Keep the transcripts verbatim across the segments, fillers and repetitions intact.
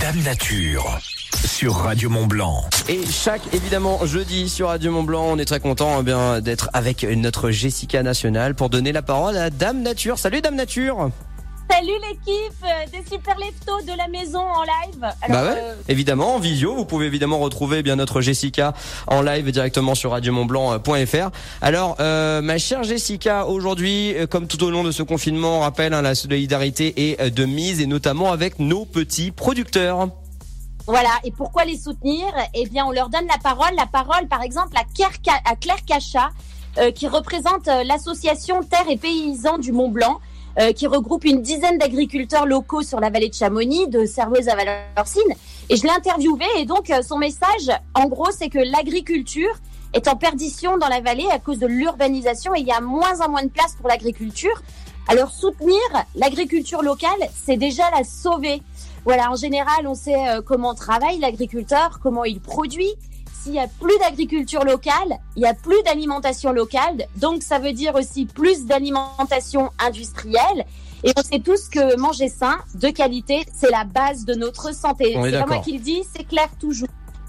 Dame Nature sur Radio Mont-Blanc. Et chaque, évidemment, jeudi sur Radio Mont-Blanc, on est très content eh bien d'être avec notre Jessica Nationale pour donner la parole à Dame Nature. Salut Dame Nature. Salut l'équipe des super leftos de la maison en live. Alors, bah ouais, euh... évidemment, en visio, vous pouvez évidemment retrouver eh bien notre Jessica en live directement sur radio mont blanc point f r. Alors, euh, ma chère Jessica, aujourd'hui, comme tout au long de ce confinement, on rappelle hein, la solidarité est de mise et notamment avec nos petits producteurs. Voilà, et pourquoi les soutenir ? Eh bien, on leur donne la parole. La parole, par exemple, à Claire, à Claire Cachat, euh, qui représente euh, l'association Terre et Paysans du Mont-Blanc, euh, qui regroupe une dizaine d'agriculteurs locaux sur la vallée de Chamonix, de Servoz à Valorcine. Et je l'ai interviewée, et donc euh, son message, en gros, c'est que l'agriculture est en perdition dans la vallée à cause de l'urbanisation, et il y a moins en moins de place pour l'agriculture. Alors, soutenir l'agriculture locale, c'est déjà la sauver. Voilà, en général, on sait euh, comment travaille l'agriculteur, comment il produit. S'il y a plus d'agriculture locale, il y a plus d'alimentation locale. Donc, ça veut dire aussi plus d'alimentation industrielle. Et on sait tous que manger sain, de qualité, c'est la base de notre santé. On est c'est d'accord. pas moi qui le dis, c'est clair toujours.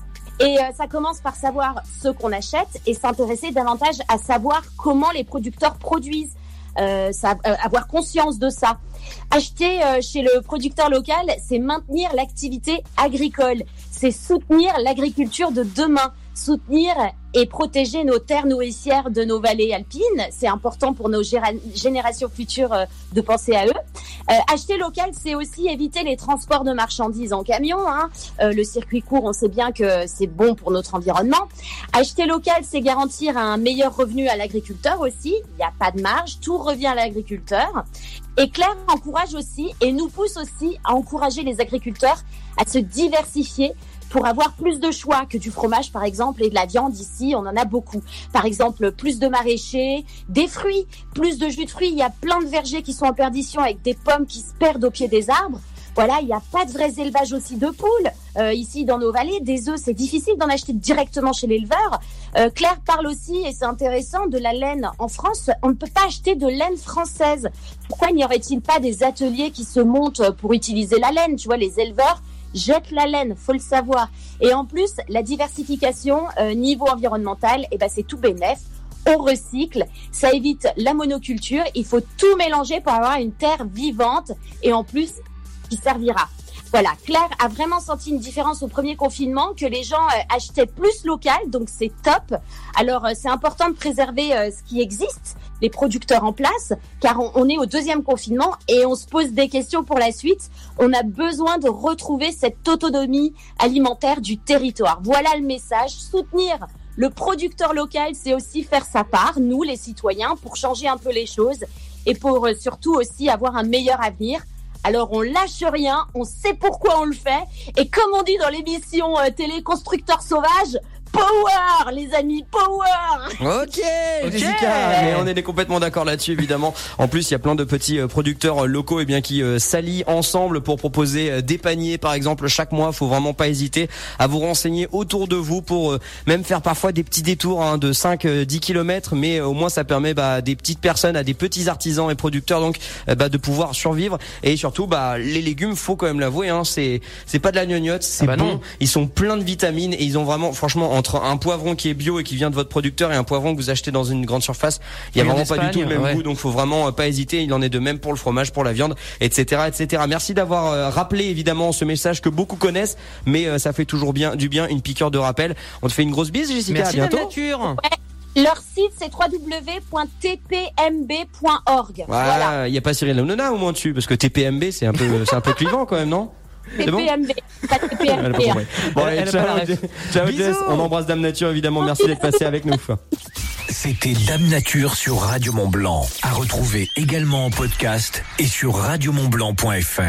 Et euh, ça commence par savoir ce qu'on achète et s'intéresser davantage à savoir comment les producteurs produisent. Euh, ça, euh, avoir conscience de ça. Acheter euh, chez le producteur local, c'est maintenir l'activité agricole, c'est soutenir l'agriculture de demain, soutenir et protéger nos terres nourricières de nos vallées alpines. C'est important pour nos géra- générations futures euh, de penser à eux. Euh, acheter local, c'est aussi éviter les transports de marchandises en camion. Hein. Euh, le circuit court, on sait bien que c'est bon pour notre environnement. Acheter local, c'est garantir un meilleur revenu à l'agriculteur aussi. Il n'y a pas de marge, tout revient à l'agriculteur. Et Claire encourage aussi et nous pousse aussi à encourager les agriculteurs à se diversifier pour avoir plus de choix que du fromage, par exemple, et de la viande. Ici, on en a beaucoup. Par exemple, plus de maraîchers, des fruits, plus de jus de fruits. Il y a plein de vergers qui sont en perdition avec des pommes qui se perdent au pied des arbres. Voilà, il n'y a pas de vrais élevages aussi de poules. Euh, ici, dans nos vallées, des œufs, c'est difficile d'en acheter directement chez l'éleveur. Euh, Claire parle aussi, et c'est intéressant, de la laine en France. On ne peut pas acheter de laine française. Pourquoi n'y aurait-il pas des ateliers qui se montent pour utiliser la laine ? Tu vois, les éleveurs jettent la laine, faut le savoir. Et en plus, la diversification euh, niveau environnemental, eh ben, c'est tout bénef. On recycle, ça évite la monoculture. Il faut tout mélanger pour avoir une terre vivante et en plus, qui servira. Voilà, Claire a vraiment senti une différence au premier confinement, que les gens euh, achetaient plus local, donc c'est top. Alors, euh, c'est important de préserver euh, ce qui existe, les producteurs en place, car on, on est au deuxième confinement et on se pose des questions pour la suite. On a besoin de retrouver cette autonomie alimentaire du territoire. Voilà le message, soutenir le producteur local, c'est aussi faire sa part, nous les citoyens, pour changer un peu les choses et pour euh, surtout aussi avoir un meilleur avenir. Alors on lâche rien, on sait pourquoi on le fait, et comme on dit dans l'émission euh, télé Constructeur Sauvage, power les amis, power. Ok, okay. Jessica, mais on est complètement d'accord là-dessus évidemment. En plus, il y a plein de petits producteurs locaux eh bien qui euh, s'allient ensemble pour proposer euh, des paniers par exemple chaque mois. Faut vraiment pas hésiter à vous renseigner autour de vous pour euh, même faire parfois des petits détours hein, de cinq à dix kilomètres, mais euh, au moins ça permet bah, à des petites personnes, à des petits artisans et producteurs donc euh, bah, de pouvoir survivre. Et surtout bah les légumes, faut quand même l'avouer hein, c'est c'est pas de la gnognotte, c'est ah bah bon. Non. Ils sont pleins de vitamines et ils ont vraiment franchement entre un poivron qui est bio et qui vient de votre producteur et un poivron que vous achetez dans une grande surface, il y a vraiment pas du tout le même ouais. goût, donc faut vraiment pas hésiter. Il en est de même pour le fromage, pour la viande, et cetera, et cetera. Merci d'avoir euh, rappelé évidemment ce message que beaucoup connaissent, mais euh, ça fait toujours bien du bien une piqûre de rappel. On te fait une grosse bise, Jessica. Merci, à bientôt. Nature. Ouais. Leur site c'est w w w point t p m b point org. Ouais, voilà. Il y a pas Cyril Hanouna au moins dessus, parce que T P M B c'est un peu c'est un peu clivant quand même, non? T P M B, bon pas T P M B. Bon, allez, ciao, ciao Jess. On embrasse Dame Nature évidemment. Merci d'être passé avec nous. C'était Dame Nature sur Radio Mont-Blanc. À retrouver également en podcast et sur radio mont blanc point f r.